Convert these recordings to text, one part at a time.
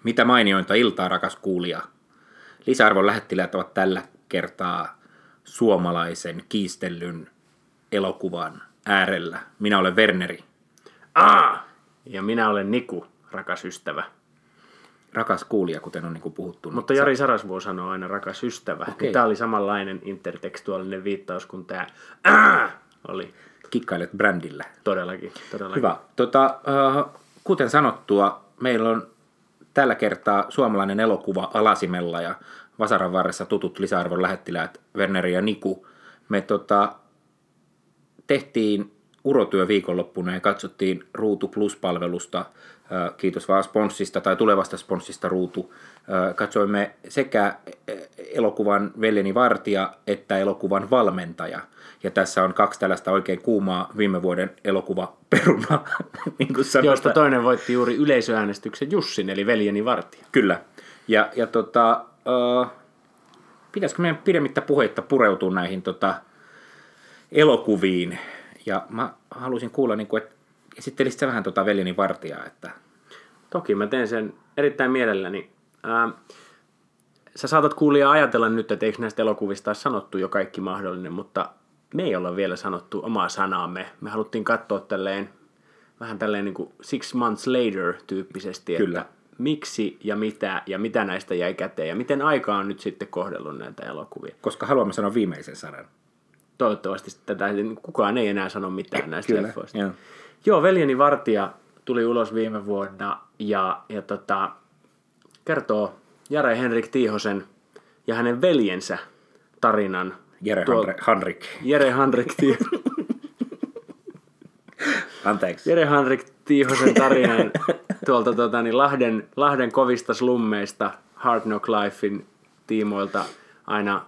Mitä mainiointa iltaa, rakas kuulija. Lisäarvon lähettiläät ovat tällä kertaa suomalaisen kiistellyn elokuvan äärellä. Minä olen Werneri. Ja minä olen Niku, rakas ystävä. Rakas kuulija, kuten on niin kuin puhuttu. Mutta Jari Sarasvuo sanoo aina rakas ystävä. Okei. Tämä oli samanlainen intertekstuaalinen viittaus kuin tämä oli. Kikkailet brändillä. Todellakin. Hyvä. Kuten sanottua, meillä on tällä kertaa suomalainen elokuva Alasimella ja Vasaran varressa tutut lisäarvon lähettiläät Werneri ja Niku. Me tehtiin urotyö viikonloppuna ja katsottiin Ruutu Plus-palvelusta. Kiitos vaan sponssista tai tulevasta sponssista Ruutu. Katsoimme sekä elokuvan Veljeni Vartija että elokuvan Valmentaja. Ja tässä on kaksi tällaista oikein kuumaa viime vuoden elokuvaperunaa. Niin kuin josta toinen voitti juuri yleisöäänestyksen Jussin, eli Veljeni Vartija. Kyllä. Pitäisikö meidän pidemmittä puheitta pureutua näihin elokuviin? Ja mä haluaisin kuulla, niin kuin, että esittelisit sä vähän Veljeni Vartijaa. Että... Toki mä teen sen erittäin mielelläni. Sä saatat kuulija ajatella nyt, että eikö näistä elokuvista ole sanottu jo kaikki mahdollinen, mutta me ei olla vielä sanottu omaa sanaamme. Me haluttiin katsoa vähän tälleen niin kuin 6 months later tyyppisesti, Kyllä. Että miksi ja mitä näistä jäi käteen ja miten aika on nyt sitten kohdellut näitä elokuvia. Koska haluamme sanoa viimeisen sanan. Toivottavasti kukaan ei enää sano mitään näistä Kyllä, leffoista. joo. Joo, Veljeni Vartija tuli ulos viime vuonna ja kertoo Jare Henrik Tiihosen ja hänen veljensä tarinan. Jere Henrik Anteeksi. Jere Henrik Tiihosen tarinan tuolta Lahden kovista slummeista Hard Knock Lifein tiimoilta aina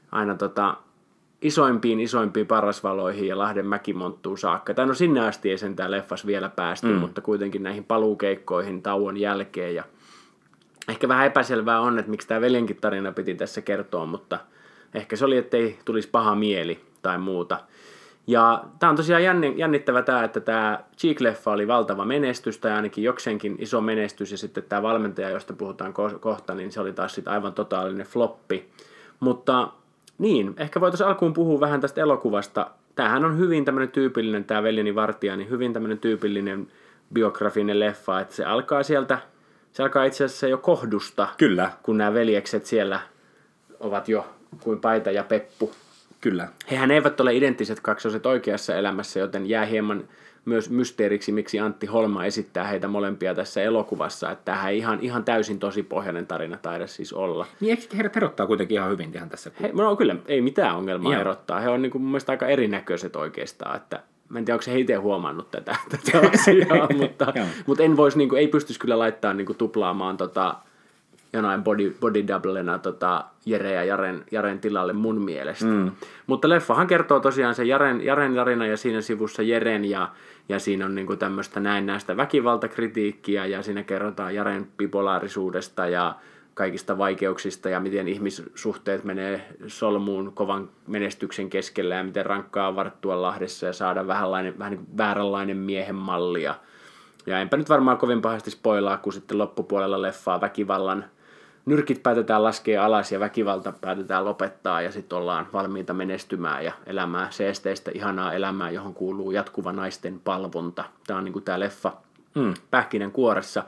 isoimpiin parasvaloihin ja Lahden mäkimonttuun saakka. Tai no sinne asti ei sentään leffas vielä päästy, mutta kuitenkin näihin paluukeikkoihin tauon jälkeen. Ja ehkä vähän epäselvää on, että miksi tämä veljenkin tarina piti tässä kertoa, mutta ehkä se oli, ettei tulisi paha mieli tai muuta. Ja tämä on tosiaan jännittävä tämä, että tämä Cheek-leffa oli valtava menestys, tai ainakin jokseenkin iso menestys, ja sitten tämä Valmentaja, josta puhutaan kohta, niin se oli taas sitten aivan totaalinen floppi. Mutta niin, ehkä voitaisiin alkuun puhua vähän tästä elokuvasta. Tämähän on hyvin tämmöinen tyypillinen, tämä Veljeni Vartija, niin hyvin tämmöinen tyypillinen biografinen leffa, että se alkaa itse asiassa jo kohdusta, Kyllä. kun nämä veljekset siellä ovat jo kuin Paita ja Peppu. Kyllä. Hehän eivät ole identtiset kaksoset oikeassa elämässä, joten jää hieman myös mysteeriksi, miksi Antti Holma esittää heitä molempia tässä elokuvassa. Että tämähän ei ihan täysin tosipohjainen tarina taida siis olla. Niin eikö heidät erottaa kuitenkin ihan hyvin ihan tässä? No kyllä, ei mitään ongelmaa erottaa. He on niin kuin mun mielestä aika erinäköiset oikeastaan. Että mä en tiedä, onko se he itse huomannut tätä asiaa, mutta en voisi, niin kuin, ei pystyisi kyllä laittamaan niin kuin tuplaamaan jonain body doublena Jere ja Jaren tilalle mun mielestä. Mutta leffahan kertoo tosiaan se Jaren tarina ja siinä sivussa Jeren ja siinä on niinku tämmöistä näennäistä väkivaltakritiikkiä ja siinä kerrotaan Jaren bipolaarisuudesta ja kaikista vaikeuksista ja miten ihmissuhteet menee solmuun kovan menestyksen keskellä ja miten rankkaa on varttua Lahdessa ja saada vähän niin kuin vääränlainen miehen malli. Ja enpä nyt varmaan kovin pahasti spoilaa, kun sitten loppupuolella leffaa väkivallan nyrkit päätetään laskea alas ja väkivalta päätetään lopettaa ja sitten ollaan valmiita menestymään ja elämään seesteistä ihanaa elämää, johon kuuluu jatkuva naisten palvonta. Tämä on niin kuin tämä leffa pähkinänkuoressa.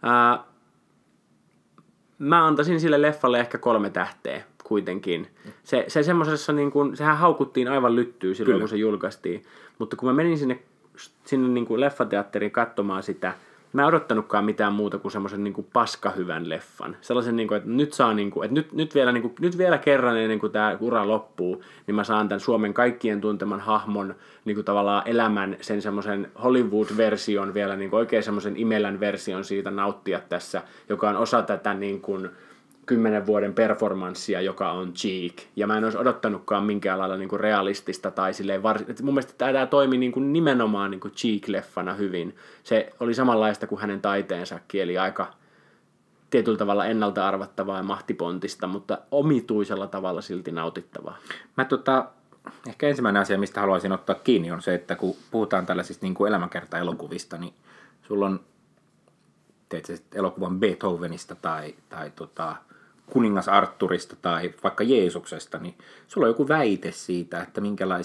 Mä antaisin sille leffalle ehkä 3 tähteä kuitenkin. Se semmosessa, niin kuin, sehän haukuttiin aivan lyttyyn silloin, kun se julkaistiin, mutta kun mä menin sinne niin kuin leffateatteriin katsomaan sitä, mä en odottanutkaan mitään muuta kuin semmoisen niin kuin paskahyvän leffan. Sellaisen, niin kuin, että nyt saa, niin kuin, että nyt vielä kerran ennen kuin tämä ura loppuu, niin mä saan tämän Suomen kaikkien tunteman hahmon niin kuin tavallaan elämän, sen semmoisen Hollywood-version vielä, niin kuin oikein semmoisen imelän version siitä nauttia tässä, joka on osa tätä niin kuin 10 vuoden performanssia, joka on Cheek. Ja mä en olisi odottanutkaan minkään lailla niin kuin realistista tai silleen mun mielestä tämä toimi niin kuin nimenomaan niin kuin Cheek-leffana hyvin. Se oli samanlaista kuin hänen taiteensakin, eli aika tietyllä tavalla ennalta arvattavaa ja mahtipontista, mutta omituisella tavalla silti nautittavaa. Mä ehkä ensimmäinen asia, mistä haluaisin ottaa kiinni, on se, että kun puhutaan tällaisista niin kuin elämänkerta-elokuvista, niin sulla on teet elokuvan Beethovenista tai kuningas Arthurista tai vaikka Jeesuksesta, niin sulla on joku väite siitä, että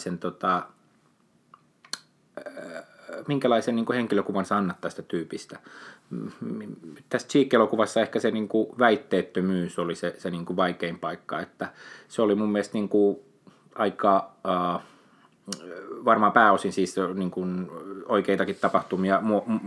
minkälaisen niin kuin henkilökuvan sä annat tästä tyypistä. Tässä Cheek-elokuvassa ehkä se niin kuin väitteettömyys oli se niin kuin vaikein paikka, että se oli mun mielestä niin kuin aika varmaan pääosin siis niin kuin oikeitakin tapahtumia,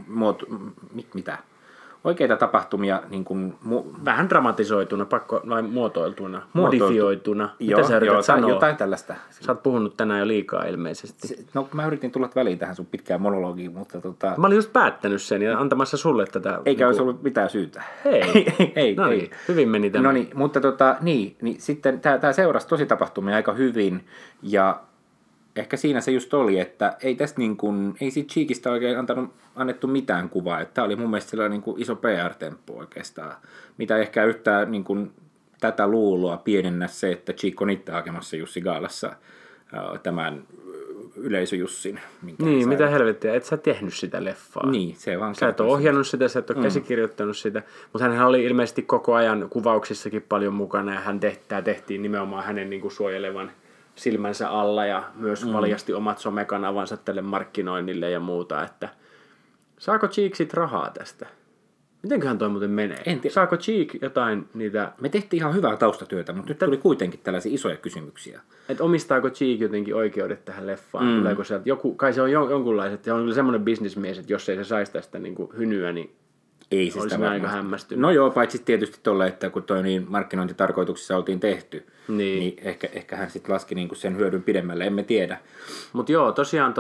oikeita tapahtumia niin kuin vähän dramatisoituna, muotoiltuna, modifioituna. Mitä sä yrität sanoa? Jotain tällaista. Sä oot puhunut tänään jo liikaa ilmeisesti. No mä yritin tulla väliin tähän sun pitkään monologiin, mutta Mä olin just päättänyt sen ja antamassa sulle tätä. Eikä olisi ollut mitään syytä. Ei. No niin, hyvin meni tämä. No niin, mutta niin sitten tää seurasi tosi tapahtumia aika hyvin ja ehkä siinä se just oli, että ei tästä niin kuin, ei siitä Cheekistä oikein annettu mitään kuvaa. Että tämä oli mun mielestä sellainen niin kuin iso PR-temppu oikeastaan, mitä ehkä yhtään niin kuin tätä luuloa pienennä se, että Cheek on itse hakemassa Jussi Gaalassa tämän yleisöjussin. Niin, mitä helvettiä, et sä tehnyt sitä leffaa. Niin, se vaan. Sä et ole ohjannut sitä, sä et ole käsikirjoittanut sitä, mutta hän oli ilmeisesti koko ajan kuvauksissakin paljon mukana ja tämä tehtiin nimenomaan hänen niin kuin suojelevan silmänsä alla ja myös valjasti omat somekanavansa tälle markkinoinnille ja muuta, että saako Cheek sit rahaa tästä? Mitenköhän toi muuten menee? Saako Cheek jotain niitä? Me tehtiin ihan hyvää taustatyötä, mutta nyt tuli kuitenkin tällaisia isoja kysymyksiä. Että omistaako Cheek jotenkin oikeudet tähän leffaan? Tuleeko sieltä joku, kai se on jonkunlaiset, ja on kyllä semmoinen bisnesmies, että jos ei se saisi tästä niin kuin hynyä, niin ei se olisi aika hämmästynyt. No joo, paitsi tietysti tolle, että kun toi niin markkinointitarkoituksessa oltiin tehty, niin ehkä hän sitten laski niinku sen hyödyn pidemmälle, emme tiedä. Mutta joo, tosiaan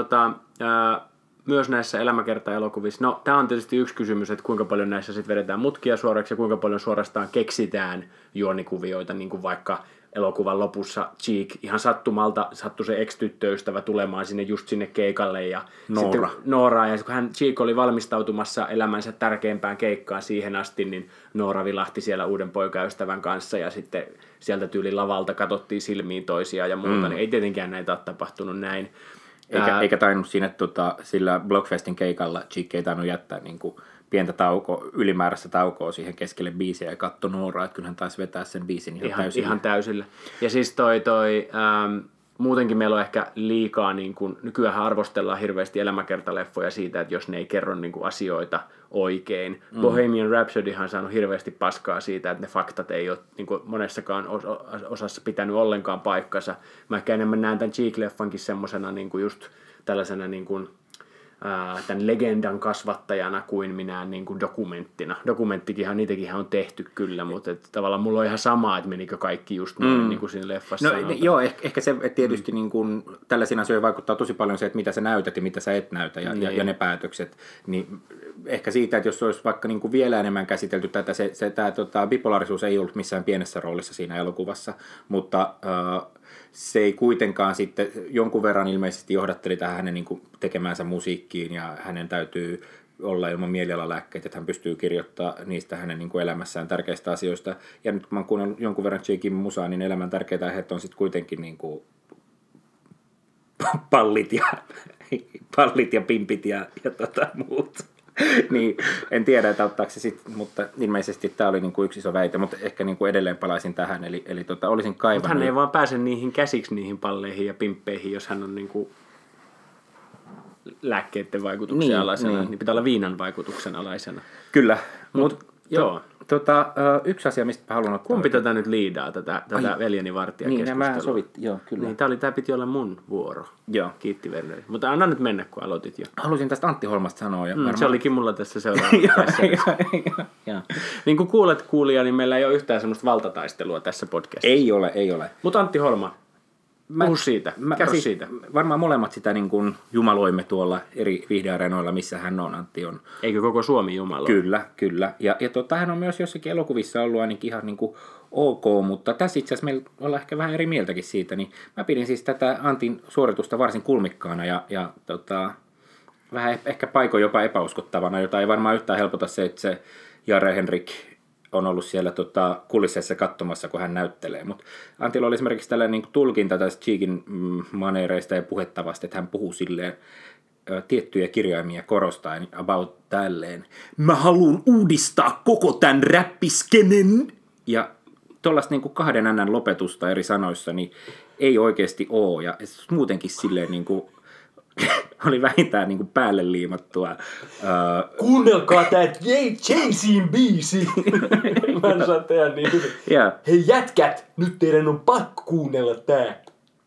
myös näissä elämäkerta-elokuvissa, no tämä on tietysti yksi kysymys, että kuinka paljon näissä sitten vedetään mutkia suoraksi ja kuinka paljon suorastaan keksitään juonikuvioita, niin kuin vaikka elokuvan lopussa Cheek ihan sattumalta sattui se ex-tyttöystävä tulemaan sinne keikalle ja Noora. Ja kun Cheek oli valmistautumassa elämänsä tärkeimpään keikkaan siihen asti, niin Noora vilahti siellä uuden poikaystävän kanssa ja sitten sieltä tyyli lavalta katsottiin silmiin toisiaan ja muuta, niin ei tietenkään näitä ole tapahtunut näin. Eikä tainnut siinä sillä Blockfestin keikalla Cheek ei tainnut jättää niin kuin pientä ylimääräistä taukoa siihen keskelle biisiä ja katso Nooraa, että kyllähän taisi vetää sen biisin ihan täysillä. Ja siis muutenkin meillä on ehkä liikaa, niin kuin, nykyään arvostellaan hirveästi elämäkertaleffoja siitä, että jos ne ei kerro niin kuin asioita oikein. Bohemian Rhapsodyhan on saanut hirveästi paskaa siitä, että ne faktat ei ole niin kuin monessakaan osassa pitänyt ollenkaan paikkansa. Mä ehkä enemmän näen tämän Cheek-leffankin semmosena niin kuin just tällaisena niin kuin tämän legendan kasvattajana kuin minä niin kuin dokumenttina. Dokumenttikinhan on tehty kyllä, mutta tavallaan mulla on ihan sama, että menikö kaikki just noin niin kuin siinä leffassa. No, joo, ehkä se tietysti niin kuin, tällaisiin asioihin vaikuttaa tosi paljon se, että mitä sä näytät ja mitä sä et näytä ja ne päätökset. Niin ehkä siitä, että jos olisi vaikka niin kuin vielä enemmän käsitelty tätä, tämä bipolaarisuus ei ollut missään pienessä roolissa siinä elokuvassa, mutta se ei kuitenkaan sitten jonkun verran ilmeisesti johdatteli tähän hänen niin kuin tekemäänsä musiikkiin ja hänen täytyy olla ilman mielialalääkkeitä, että hän pystyy kirjoittamaan niistä hänen niin kuin elämässään tärkeistä asioista. Ja nyt kun mä oon kuunnellut jonkun verran Cheekin musaa, niin elämän tärkeitä aiheet on sitten kuitenkin niin kuin pallit ja pimpit ja muut. Niin, en tiedä, että ottaako se sitten, mutta ilmeisesti tämä oli niinku yksi iso väite, mutta ehkä niinku edelleen palaisin tähän, eli olisin kaivannut. Mutta hän ei vaan pääse niihin käsiksi niihin palleihin ja pimppeihin, jos hän on niinku lääkkeiden vaikutuksen alaisena, niin pitää olla viinan vaikutuksen alaisena. Kyllä, mutta joo. Yksi asia, mistä haluan ottaa. Kumpi tätä nyt liidaa, tätä veljeni vartija keskustelua? Niin, mä sovittiin, joo, kyllä. Niin, tämä piti olla mun vuoro. Joo. Kiitti Werneri. Mutta anna nyt mennä, kun aloitit jo. Halusin tästä Antti Holmasta sanoa. Ja se olikin mulla tässä seuraavassa. Niin kuin kuulet kuulija, niin meillä ei ole yhtään semmoista valtataistelua tässä podcastissa. Ei ole. Mutta Antti Holma, puhu siitä. Kerro siitä. Varmaan molemmat sitä niin kuin jumaloimme tuolla eri viihdeareenoilla, missä hän on. Antti on. Eikö koko Suomi jumaloi? Kyllä. Ja hän on myös jossakin elokuvissa ollut ainakin ihan niin kuin ok, mutta tässä itse asiassa meillä ollaan ehkä vähän eri mieltäkin siitä. Niin mä pidin siis tätä Antin suoritusta varsin kulmikkaana ja vähän ehkä paikoin jopa epäuskottavana, jota ei varmaan yhtään helpota se, että se Jare Henrik on ollut siellä kulisseissa katsomassa, kun hän näyttelee. Mutta Antilla oli esimerkiksi tällainen niin tulkinta tästä Cheekin maneereista ja puhettavasta, että hän puhuu silleen tiettyjä kirjaimia korostaen about tälleen. Mä haluun uudistaa koko tämän räppiskenen. Ja tuollaista niin 2 N:n lopetusta eri sanoissa niin ei oikeasti ole. Ja muutenkin silleen niin kuin, oli vähintään niin kuin päälle liimattua. Kuunnelkaa tää Jay-Zin biisi. Mä en saa tehdä niin hyvin. Yeah. Hei jätkät, nyt teidän on pakko kuunnella tää.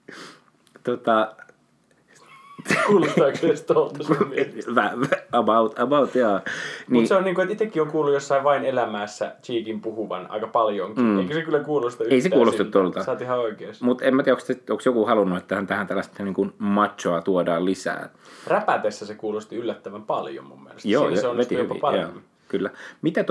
Kuulostaako se edes tuolta sun mielestä? About, joo. Niin. Mutta se on niin kuin, että itsekin on kuullut jossain Vain elämässä Cheekin puhuvan aika paljonkin. Eikä se kyllä kuulosta yhtään. Ei se kuulosta tuolta. Sä oot ihan oikeassa. Mutta en mä tiedä, onko joku halunnut, että tähän tällaista niin kuin machoa tuodaan lisää. Räpätessä se kuulosti yllättävän paljon mun mielestä. Joo, siinä se onnistui jopa paremmin. Joo, kyllä. Mitä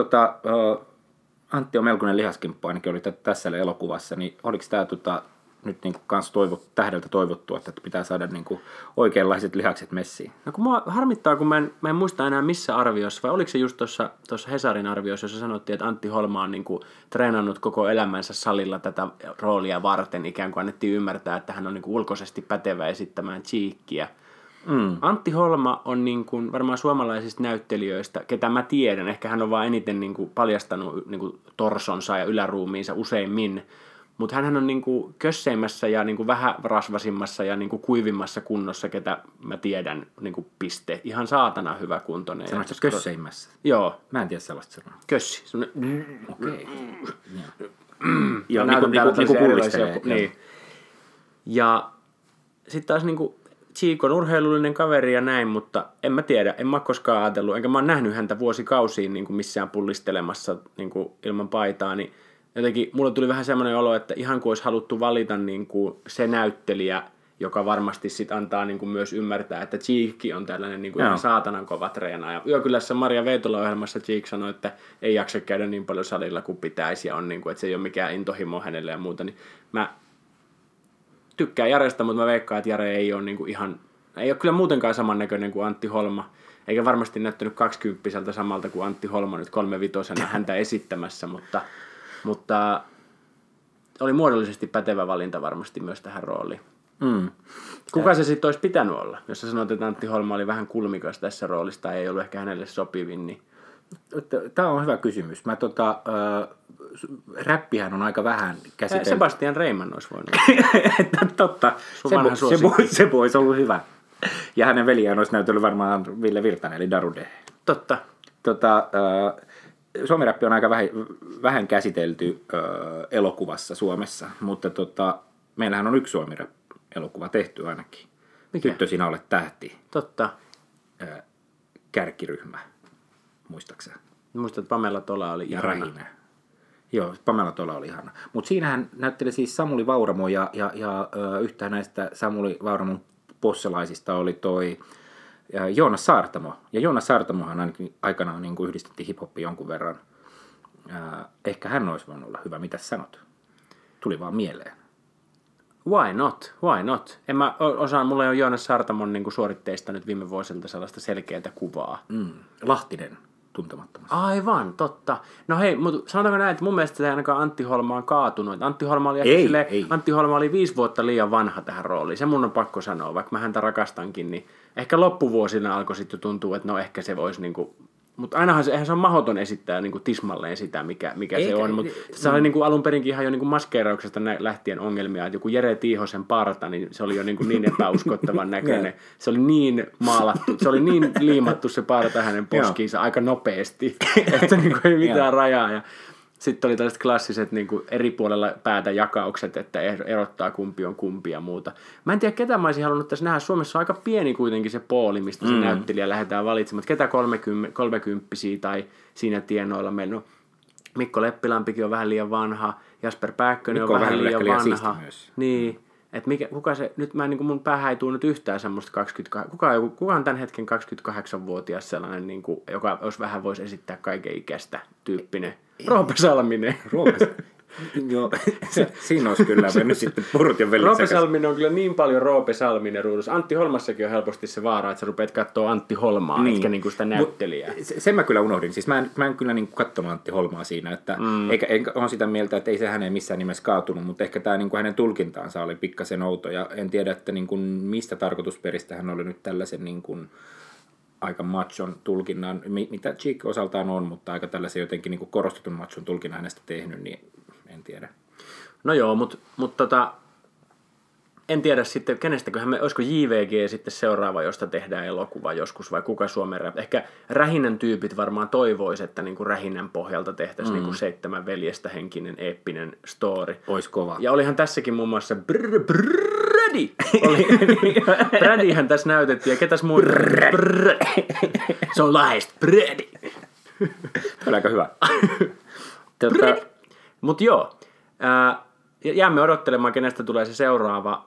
Antti on melkoinen lihaskimppu ainakin oli tässä elokuvassa, niin oliko tämä nyt niin kuin kans tähdeltä toivottu, että pitää saada niin kuin oikeanlaiset lihakset messiin? No kun mua harmittaa, kun mä en muista enää missä arviossa, vai oliko se just tuossa Hesarin arviossa, jossa sanottiin, että Antti Holma on niin kuin treenannut koko elämänsä salilla tätä roolia varten, ikään kuin annettiin ymmärtää, että hän on niin kuin ulkoisesti pätevä esittämään Cheekkiä. Antti Holma on niin kuin varmaan suomalaisista näyttelijöistä, ketä mä tiedän, ehkä hän on vaan eniten niin kuin paljastanut niin kuin torsonsa ja yläruumiinsa useimmin, mutta hän on niinku kösseimmässä ja niinku vähän rasvasimmassa ja niinku kuivimmassa kunnossa, ketä mä tiedän, niinku piste. Ihan saatana hyvä kuntoinen. Sanoitko kösseimmässä? Joo. Mä en tiedä sellaista sanoa. Kössi. Okei. Joo, niinku pullistelee. Niin. Ja sitten taas niinku Cheek on urheilullinen kaveri ja näin, mutta en mä tiedä, en mä ole koskaan ajatellut, enkä mä oon nähnyt häntä vuosikausiin niinku missään pullistelemassa niinku ilman paitaa, niin jotenkin mulla tuli vähän semmoinen olo, että ihan kuin olisi haluttu valita niin kuin se näyttelijä, joka varmasti sit antaa niin kuin myös ymmärtää, että Cheek on tällainen niin kuin ihan saatanan kova treenaaja. Yökylässä Maria Veitola-ohjelmassa Cheek sanoi, että ei jaksa käydä niin paljon salilla kuin pitäisi ja on niin kuin, että se ei ole mikään intohimo hänelle ja muuta. Niin mä tykkään Jaresta, mutta mä veikkaan, että Jare ei ole, niin kuin ihan, ei ole kyllä muutenkaan samannäköinen kuin Antti Holma. Eikä varmasti näyttänyt 20 samalta kuin Antti Holma nyt 35 häntä esittämässä, mutta oli muodollisesti pätevä valinta varmasti myös tähän rooliin. Kuka se sitten olisi pitänyt olla? Jos sä sanoit, että Antti Holma oli vähän kulmikas tässä roolissa tai ei ollut ehkä hänelle sopivin, niin... Tämä on hyvä kysymys. Räppihän on aika vähän käsitelty. Sebastian Reiman olisi voinut. Totta. Se voisi ollut hyvä. Ja hänen veljään olisi näytellyt varmaan Ville Virtanen, eli Darude. Totta. Suomiräppi on aika vähän käsitelty elokuvassa Suomessa, mutta meillähän on yksi Suomiräppi-elokuva tehty ainakin. Mikä? Tyttö, sinä olet tähti. Totta. Kärkiryhmä, muistaakseni. Muistat, että Pamela Tola oli ihana. Rähinä. Joo, Pamela Tola oli ihana. Mutta siinähän näytteli siis Samuli Vauramo ja yhtään näistä Samuli Vauramon posselaisista oli toi Joonas Saartamo. Ja Joonas Saartamohan ainakin aikanaan niin kuin yhdistettiin hip-hoppiin jonkun verran. Ehkä hän olisi voinut olla hyvä. Mitä sanot? Tuli vaan mieleen. Why not? Why not? En mä osaan, mulla ei ole Joonas Saartamon niin kuin suoritteista nyt viime vuosilta sellaista selkeää kuvaa. Lahtinen tuntemattomasti. Aivan, totta. No hei, mutta sanotaanko näin, että mun mielestä se ainakaan Antti Holma on kaatunut. Antti Holma oli, Antti Holma oli 5 vuotta liian vanha tähän rooliin. Se mun on pakko sanoa, vaikka mä häntä rakastankin, niin ehkä loppuvuosina alkoi sitten tuntua, että no ehkä se voisi niinku... Mutta ainahan eihän se on mahdoton esittää niinku tismalleen sitä, mikä se on. Mutta se oli niinku alun perinkin ihan jo niinku maskeerauksesta lähtien ongelmia. Että joku Jere Tiihosen parta, niin se oli jo niinku niin epäuskottavan näköinen. Se oli niin maalattu, se oli niin liimattu se parta hänen poskiinsa aika nopeasti, että niinku ei mitään rajaa. Ja sitten oli tällaiset klassiset niinku eri puolella päätä jakaukset, että erottaa kumpi on kumpi ja muuta. Mä en tiedä, ketä mä olisin halunnut tässä nähdä. Suomessa on aika pieni kuitenkin se pooli, mistä se näyttelijä lähdetään valitsemaan. Ketä 30-vuotiaita tai siinä tienoilla meillä. No, Mikko Leppilampikin on vähän liian vanha. Jasper Pääkkönen on vähän liian vanha. Niin. Että kuka se, nyt mä niin mun päähän ei tuu nyt yhtään semmoista 28, kuka on tämän hetken 28-vuotias sellainen, niin kuin, joka jos vähän voisi esittää kaiken ikäistä tyyppinen. Roope Salminen. Joo, siinä olisi kyllä mennyt sitten purut ja vellit Roope Salminen on kyllä niin paljon Roope Salminen ruudussa. Antti Holmassakin on helposti se vaara, että sä rupeat katsoa Antti Holmaa, etkä niinku sitä näyttelijää. Sen mä kyllä unohdin. Siis mä en kyllä niinku katsonut Antti Holmaa siinä, että eikä ole sitä mieltä, että ei se häneen missään nimessä kaatunut, mutta ehkä tämä niinku hänen tulkintaansa oli pikkasen outo, ja en tiedä, että niinku mistä tarkoitusperistä hän oli nyt tällaisen niinku aika machon tulkinnan, mitä Cheek osaltaan on, mutta aika tällaisen jotenkin niinku korostetun machon tulkinnan hänestä tehnyt, niin en tiedä. No joo, mutta en tiedä sitten, olisiko JVG sitten seuraava, josta tehdään elokuva joskus, vai kuka Suomen Ehkä Rähinän tyypit varmaan toivois, että niinku Rähinän pohjalta tehtäisiin niinku 7 veljestä henkinen eeppinen story. Ois kova. Ja olihan tässäkin muun muassa Brady. Bradyhän tässä näytettiin, ja ketäs muu? Se on läheistä. Brady. Oli aika hyvä. Mut joo. Jäämme odottelemaan, kenestä tulee se seuraava.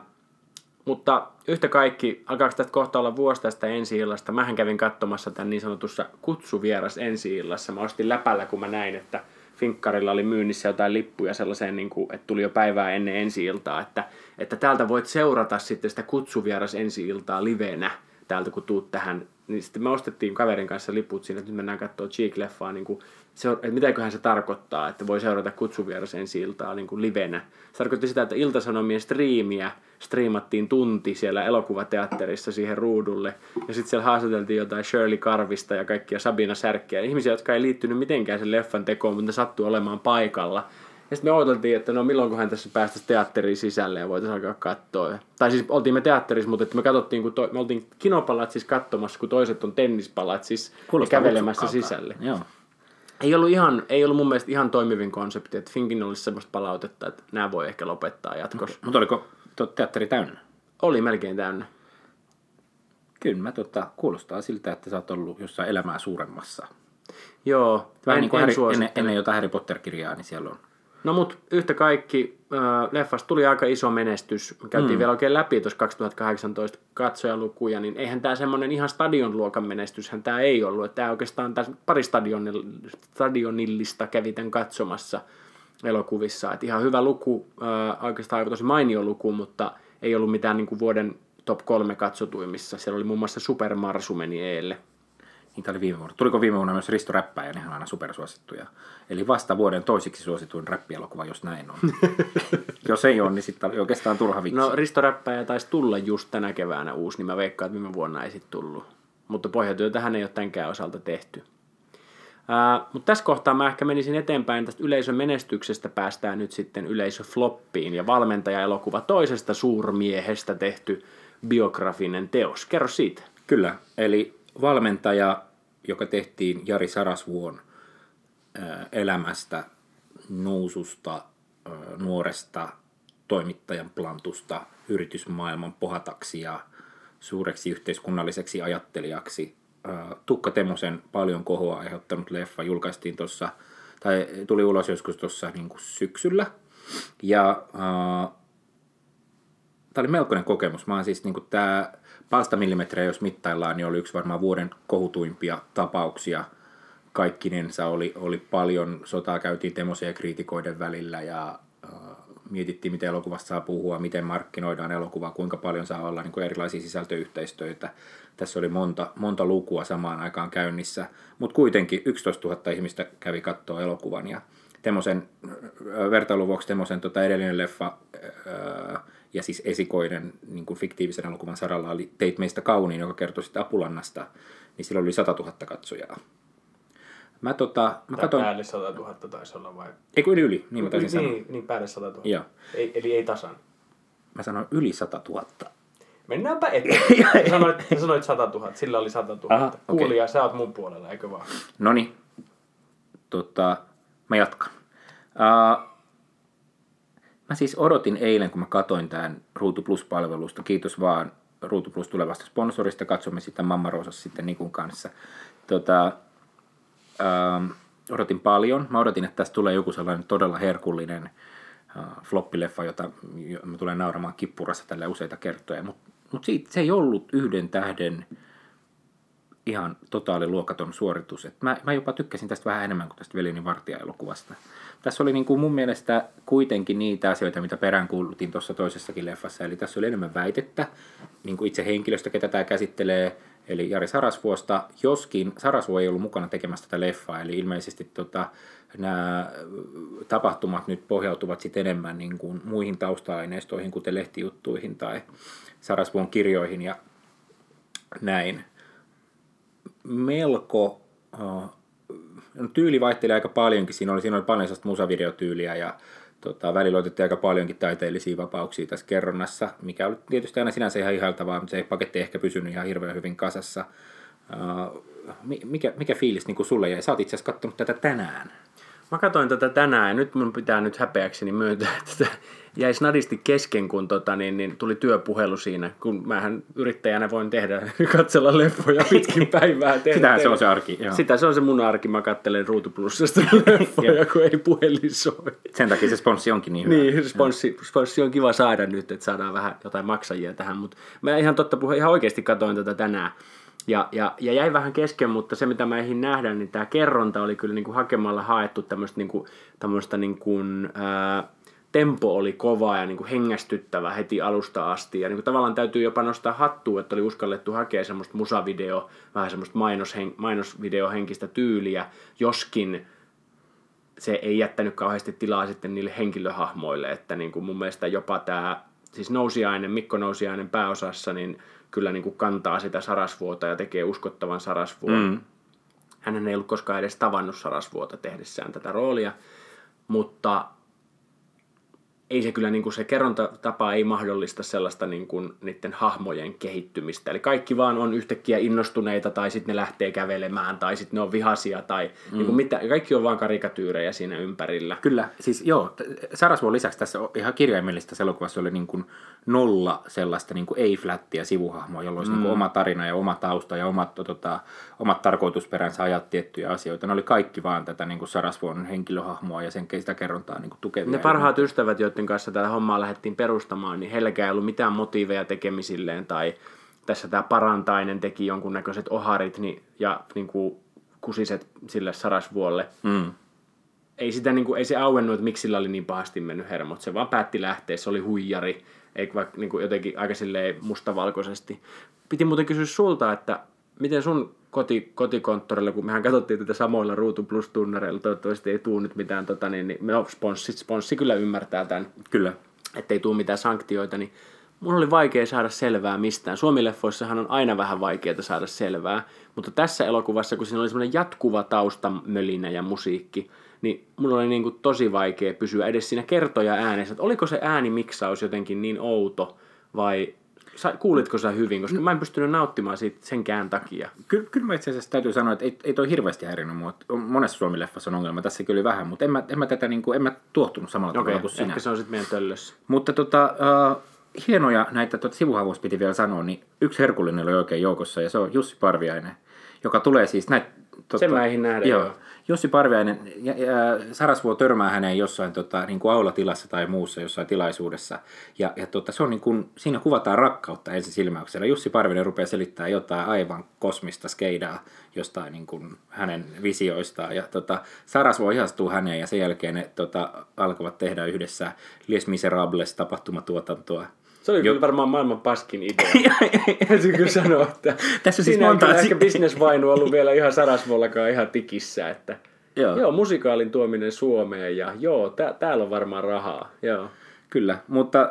Mutta yhtä kaikki, alkaako tästä kohta olla vuosi tästä ensi-illasta? Mähän kävin katsomassa tämän niin sanotussa kutsuvieras ensi-illassa. Mä ostin läpällä, kun mä näin, että Finkkarilla oli myynnissä jotain lippuja sellaiseen, niin kuin, että tuli jo päivää ennen ensi-iltaa, että täältä voit seurata sitten sitä kutsuvieras ensi-iltaa livenä, täältä kun tuut tähän. Niin sitten me ostettiin kaverin kanssa liput siinä, että nyt mennään katsoa Cheek-leffaa, niin kuin, että mitäköhän se tarkoittaa, että voi seurata kutsuvieras ensi-iltaa niin kuin livenä. Se tarkoitti sitä, että Ilta-Sanomien striimattiin tunti siellä elokuvateatterissa siihen ruudulle, ja sitten siellä haastateltiin jotain Shirley Karvista ja kaikkia Sabina Särkkiä, ihmisiä, jotka ei liittynyt mitenkään sen leffan tekoon, mutta ne sattuu olemaan paikalla. Ja sitten me odoteltiin, että no milloinkohan tässä päästäisiin teatteriin sisälle ja voitaisiin alkaa katsoa. Tai siis oltiin me teatterissa, mutta että me katsottiin, kun me oltiin kinopalatsissa katsomassa, kun toiset on tennispalatsissa ja kävelemässä sisälle. Joo. Ei ollut mun mielestä ihan toimivin konsepti, että Finkin olisi semmoista palautetta, että nämä voi ehkä lopettaa jatkossa. Mutta oliko teatteri täynnä? Oli melkein täynnä. Kyllä, kuulostaa siltä, että sä oot ollut jossain elämää suuremmassa. Joo, vähän niin kuin ennen jotain Harry Potter-kirjaa, niin siellä on. No mut yhtä kaikki, leffasta tuli aika iso menestys. Me käytiin vielä oikein läpi tuossa 2018 katsojalukuja, niin eihän tämä semmoinen ihan stadionluokan menestyshän tämä ei ollut. Että tämä oikeastaan pari stadionillista kävi tämän katsomassa elokuvissa. Että ihan hyvä luku, oikeastaan aika tosi mainio luku, mutta ei ollut mitään niin kuin vuoden top 3 katsotuimmissa. Siellä oli muun muassa Super Marsu meni eelle. Niitä oli viime vuonna. Tuliko viime vuonna myös Risto Räppäjä, nehän on aina supersuosittuja. Eli vasta vuoden toisiksi suosituin räppielokuva, jos näin on. Jos ei ole, niin sitten oli oikeastaan turha vitsi. No Risto Räppäjä taisi tulla just tänä keväänä uusi, niin mä veikkaan, että viime vuonna ei sitten tullut. Mutta pohjatyötähän ei ole tämänkään osalta tehty. Mutta tässä kohtaa mä ehkä menisin eteenpäin. Tästä yleisön menestyksestä päästään nyt sitten yleisöfloppiin ja valmentaja-elokuva toisesta suurmiehestä tehty biografinen teos. Kerro siitä. Kyllä, eli valmentaja, joka tehtiin Jari Sarasvuon elämästä, noususta, nuoresta toimittajan plantusta, yritysmaailman pohataksi ja suureksi yhteiskunnalliseksi ajattelijaksi. Tukka Temosen paljon kohoa aiheuttanut leffa julkaistiin tuossa, tai tuli ulos joskus tuossa niin kuin syksyllä. Ja tämä oli melkoinen kokemus. Mä oon siis niin kuin tämä palstamillimetrejä, jos mittaillaan, niin oli yksi varmaan vuoden kohutuimpia tapauksia. Kaikkinensa oli paljon, sotaa käytiin Temosen ja kriitikoiden välillä ja mietittiin, miten elokuvasta saa puhua, miten markkinoidaan elokuvaa, kuinka paljon saa olla niin kuin erilaisia sisältöyhteistyötä. Tässä oli monta lukua samaan aikaan käynnissä, mutta kuitenkin 11 000 ihmistä kävi katsoa elokuvan. Ja Temosen, vertailun vuoksi Temosen edellinen leffa ja siis esikoinen niin kuin fiktiivisen elokuvan saralla oli Teit meistä kauniin, joka kertoi sitten Apulannasta, niin silloin oli 100 000 katsojaa. Mä katsoin... Päälle 100 000 taisi olla vai? Eikö yli? Niin mä taisin sanoa. Niin päälle 100 000. Joo. Eli ei tasan. Mä sanoin yli 100 000. Mennäänpä eteenpäin. Sanoit 100 000, sillä oli 100 000. Aha, Kuulija, okay. Sä oot mun puolella, eikö vaan? Noniin. Mä jatkan. Mä siis odotin eilen, kun mä katoin tämän Ruutu Plus-palvelusta. Kiitos vaan Ruutu Plus tulevasta sponsorista. Katsomme sitä Mamma Roosassa sitten Nikun kanssa. Odotin paljon. Mä odotin, että tästä tulee joku sellainen todella herkullinen floppileffa, jota mä tulen nauramaan kippurassa tälle useita kertoja. Mutta se ei ollut yhden tähden ihan totaaliluokaton suoritus. Et mä jopa tykkäsin tästä vähän enemmän kuin tästä Veljenin vartija-elokuvasta. Tässä oli niin kuin mun mielestä kuitenkin niitä asioita, mitä peräänkuulutin tuossa toisessakin leffassa. Eli tässä oli enemmän väitettä, niin kuin itse henkilöstä, ketä tämä käsittelee, eli Jari Sarasvuosta, joskin Sarasvuo ei ollut mukana tekemässä tätä leffaa, eli ilmeisesti nämä tapahtumat nyt pohjautuvat sitten enemmän niin kuin muihin tausta-aineistoihin, kuten lehtijuttuihin tai Sarasvuon kirjoihin ja näin. Melko tyyli vaihteli aika paljonkin, siinä oli paljon sellaista musavideotyyliä ja välillä otettiin aika paljonkin taiteellisia vapauksia tässä kerronnassa, mikä oli tietysti aina sinänsä ihan ihailtavaa, mutta se paketti ei ehkä pysynyt ihan hirveän hyvin kasassa. Mikä fiilis niin kuin sulle jäi? Sä oot itse asiassa katsonut tätä tänään. Mä katsoin tätä tänään ja nyt mun pitää nyt häpeäkseni myöntää, että jäi snadisti kesken, kun tuli työpuhelu siinä, kun mähän yrittäjänä voin katsella leffoja pitkin päivää. Sitähän se on se arki. Joo. Sitä se on se mun arki, mä katselen Ruutu Plusasta leffoja, kun ei puhelin soi. Sen takia se sponssi onkin niin hyvä. Niin, sponssi on kiva saada nyt, että saadaan vähän jotain maksajia tähän, mutta mä ihan ihan oikeasti katsoin tätä tänään. Ja jäi vähän kesken, mutta se mitä mä eihin nähdä, niin tämä kerronta oli kyllä niinku hakemalla haettu tämmöistä tempo oli kova ja niinku hengästyttävä heti alusta asti. Ja niinku tavallaan täytyy jopa nostaa hattua, että oli uskallettu hakea semmoista musavideo, vähän semmoista mainosvideohenkistä tyyliä, joskin se ei jättänyt kauheasti tilaa sitten niille henkilöhahmoille, että niinku mun mielestä jopa tämä siis Mikko Nousiainen pääosassa, niin kyllä niin kuin kantaa sitä Sarasvuota ja tekee uskottavan Sarasvuon. Hän ei ollut koskaan edes tavannut Sarasvuota tehdessään tätä roolia, mutta ei se kyllä, niin kuin se kerrontatapa ei mahdollista sellaista niin kuin niiden hahmojen kehittymistä. Eli kaikki vaan on yhtäkkiä innostuneita tai sitten ne lähtee kävelemään tai sitten ne on vihaisia tai niin kuin kaikki on vaan karikatyyrejä siinä ympärillä. Kyllä, siis joo, Sarasvuon lisäksi tässä ihan kirjaimellista elokuvassa oli niin kuin 0 sellaista niin kuin ei-flättiä sivuhahmoa, jolla olisi niin kuin oma tarina ja oma tausta ja omat tarkoitusperänsä ajat tiettyjä asioita. Ne oli kaikki vaan tätä niin kuin Sarasvuon henkilöhahmoa ja sitä kerrontaa niin kuin tukevia. Ne parhaat ystävät, joiden kanssa tätä hommaa lähdettiin perustamaan, niin heilläkään ei ollut mitään motiiveja tekemisilleen, tai tässä tämä Parantainen teki jonkunnäköiset oharit ja niin kuin kusiset sille Sarasvuolle. Ei se auennut, että miksi sillä oli niin pahasti mennyt hermot, se vaan päätti lähteä, se oli huijari, eikä vaikka niin kuin jotenkin aika silleen mustavalkoisesti. Piti muuten kysyä sulta, että miten sun kotikonttorilla, kun mehän katsottiin tätä samoilla Ruutu Plus-tunnareilla, toivottavasti ei tule nyt mitään, sponssi kyllä ymmärtää tämän, kyllä, ettei tule mitään sanktioita, niin mun oli vaikea saada selvää mistään. Suomi-leffoissahan on aina vähän vaikeaa saada selvää, mutta tässä elokuvassa, kun siinä oli semmoinen jatkuva taustamölinä ja musiikki, niin mun oli niin kuin tosi vaikea pysyä edes siinä kertoja äänessä, että oliko se äänimiksaus jotenkin niin outo vai kuulitko sä hyvin, koska mä en pystynyt nauttimaan siitä senkään takia. Kyllä mä itse asiassa täytyy sanoa, että ei toi hirveästi häirinyt mua. Monessa Suomi-leffassa on ongelma, tässä kyllä vähän, mutta en mä tätä niin kuin, en mä tuohtunut samalla tavalla kuin sinä. Ehkä se on sitten meidän töllössä. Mutta hienoja näitä sivuhahmoista piti vielä sanoa, niin yksi herkullinen oli oikein joukossa ja se on Jussi Parviainen, joka tulee siis näitä... Sen mä eihin nähdä, joo. Jussi Parviainen, ja Sarasvuo törmää häneen jossain niin kuin aulatilassa tai muussa jossain tilaisuudessa. Ja se on niin kuin, siinä kuvataan rakkautta ensi silmäyksellä. Jussi Parviainen rupeaa selittämään jotain aivan kosmista skeidaa jostain niin kuin hänen visioistaan. Ja Sarasvuo ihastuu häneen ja sen jälkeen ne alkavat tehdä yhdessä Les Miserables -tapahtumatuotantoa. Se oli kyllä varmaan maailman paskin idea. Täytyy kyllä sanoa, että tässä siis siinä on ehkä business-vainu ollut vielä ihan Sarasvuollakaan ihan tikissä. Että joo, musikaalin tuominen Suomeen ja joo, täällä on varmaan rahaa. Joo. Kyllä, mutta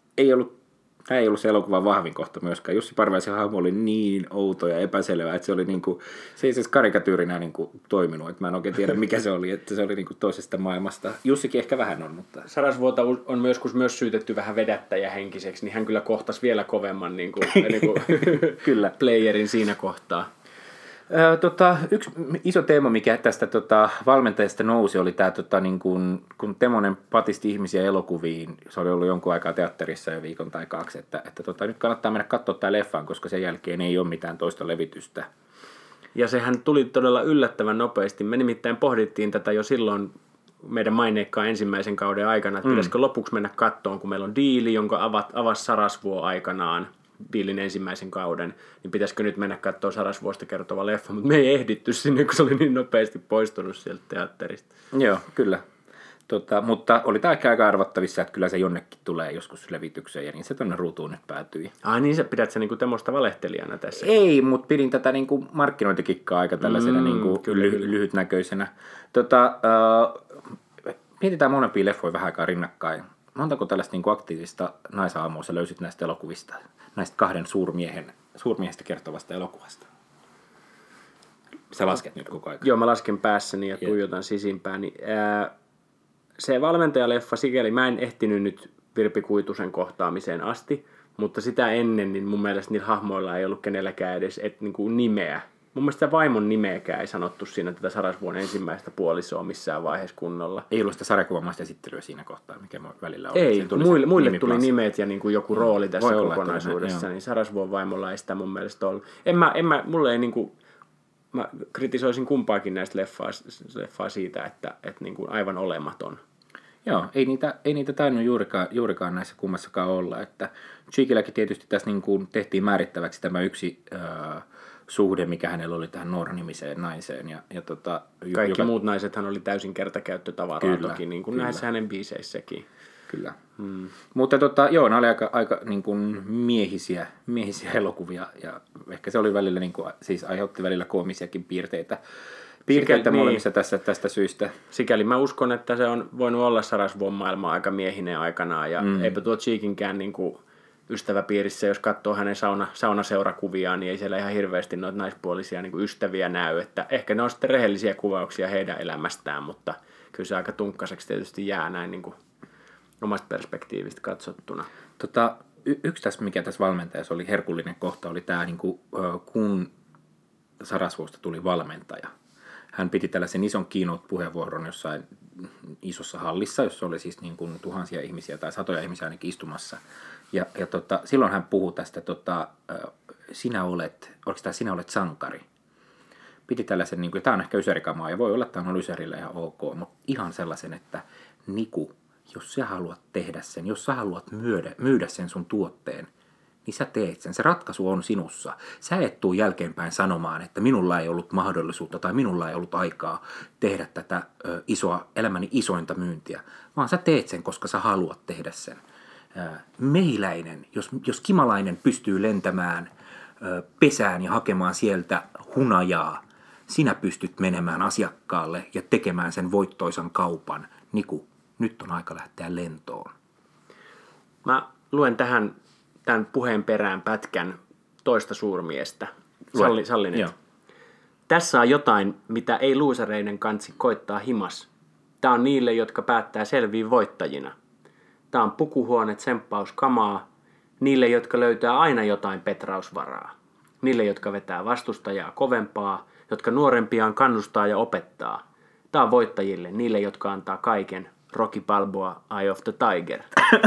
tämä ei ollut se elokuvan vahvin kohta myöskään. Jussi Parviaisen hahmo oli niin outo ja epäselvä, että se oli niinku, se ei siis karikatyyrinä niinku toiminut. Että mä en oikein tiedä mikä se oli, että se oli niinku toisesta maailmasta. Jussikin ehkä vähän on, mutta... Sarasvuota on myös syytetty vähän vedättäjähenkiseksi, niin hän kyllä kohtasi vielä kovemman niinku kyllä. playerin siinä kohtaa. Yksi iso teema, mikä tästä valmentajasta nousi, oli tämä, niin kun Temonen patisti ihmisiä elokuviin. Se oli ollut jonkun aikaa teatterissa jo viikon tai 2, että nyt kannattaa mennä katsoa tämä leffaan, koska sen jälkeen ei ole mitään toista levitystä. Ja sehän tuli todella yllättävän nopeasti. Me nimittäin pohdittiin tätä jo silloin meidän maineikkaan ensimmäisen kauden aikana, että pitäisikö lopuksi mennä kattoon, kun meillä on diili, jonka avasi Sarasvuo aikanaan Billin ensimmäisen kauden, niin pitäisikö nyt mennä katsoa Sarasvuosta kertova leffa, mutta me ei ehditty sinne, kun se oli niin nopeasti poistunut sieltä teatterista. Joo, kyllä. Mutta oli tämä aika arvattavissa, että kyllä se jonnekin tulee joskus levitykseen, ja niin se tuonne ruutuun nyt päätyi. Ai niin, sä pidät sä niinku Temosta valehtelijana tässä? Ei, mutta pidin tätä niinku markkinointikikkaa aika tällaisena niinku lyhytnäköisenä. Mietitään molempia leffoja vähän aikaa rinnakkain. Montako tällaista niinku aktiivista naisaamua sä löysit näistä elokuvista, näistä kahden suurmiehestä kertovasta elokuvasta? Sä lasket nyt koko ajan. Joo, mä lasken päässäni ja tuijotan sisimpään. Se valmentajaleffa, sikäli mä en ehtinyt nyt Virpi Kuitusen kohtaamiseen asti, mutta sitä ennen niin mun mielestä niillä hahmoilla ei ollut kenelläkään edes niinku nimeä. Mun mielestä vaimon nimeäkään ei sanottu siinä tätä Sarasvuon ensimmäistä puolisoa missään vaiheessa kunnolla. Ei ollut sitä sarjakuvamaista esittelyä siinä kohtaa, mikä välillä oli. Ei, muille tuli nimet ja niinku joku rooli tässä kokonaisuudessa, niin Sarasvuon vaimolla ei sitä mun mielestä ollut. Mulle ei niinku... Mä kritisoisin kumpaakin näistä leffaa siitä, että niinku aivan olematon. Joo, ei niitä tainnut juurikaan näissä kummassakaan olla. Että Cheekilläkin tietysti tässä niin kuin tehtiin määrittäväksi tämä yksi suhde, mikä hänellä oli tähän Noora-nimiseen naiseen. Kaikki muut naisethan oli täysin kertakäyttötavaraa toki, niin kuin näissä hänen biiseissäkin. Kyllä. Mutta ne oli aika niin kuin miehisiä elokuvia, ja ehkä se oli välillä, niin kuin, siis aiheutti välillä koomisiakin piirteitä molemmissa tästä syystä. Sikäli mä uskon, että se on voinut olla Sarasvuon maailma aika miehinen aikanaan, ja eipä tuo Cheekinkään niin kuin ystäväpiirissä, jos katsoo hänen saunaseurakuviaan, niin ei siellä ihan hirveästi noita naispuolisia niin kuin ystäviä näy, että ehkä ne on sitten rehellisiä kuvauksia heidän elämästään, mutta kyllä se aika tunkkaiseksi tietysti jää näin niin kuin omasta perspektiivistä katsottuna. Yksi tässä, mikä tässä valmentajassa oli herkullinen kohta, oli tämä, niin kuin, kun Sarasvuosta tuli valmentaja. Hän piti tällaisen ison keynote-puheenvuoron jossain isossa hallissa, jossa oli siis niin kuin tuhansia ihmisiä tai satoja ihmisiä ainakin istumassa. Ja silloin hän puhui tästä, sinä olet sankari. Piti tällaisen, niin kuin, tämä on ehkä ysärikamaa ja voi olla, että tämä on ysärillä ihan ok, mutta ihan sellaisen, että Niku, jos sä haluat tehdä sen, jos sä haluat myydä sen sun tuotteen, niin sä teet sen. Se ratkaisu on sinussa. Sä et tuu jälkeenpäin sanomaan, että minulla ei ollut mahdollisuutta tai minulla ei ollut aikaa tehdä tätä elämäni isointa myyntiä, vaan sä teet sen, koska sä haluat tehdä sen. Mehiläinen, jos kimalainen pystyy lentämään pesään ja hakemaan sieltä hunajaa, sinä pystyt menemään asiakkaalle ja tekemään sen voittoisan kaupan. Niku, nyt on aika lähteä lentoon. Mä luen tämän puheen perään pätkän toista suurmiestä. Sallin. Tässä on jotain, mitä ei luusereiden kansi koittaa himas. Tää on niille, jotka päättää selviä voittajina. Tää on pukuhuone tsemppauskamaa. Niille, jotka löytää aina jotain petrausvaraa. Niille, jotka vetää vastustajaa kovempaa. Jotka nuorempiaan kannustaa ja opettaa. Tää on voittajille, niille, jotka antaa kaiken. Rocky Balboa, Eye of the Tiger.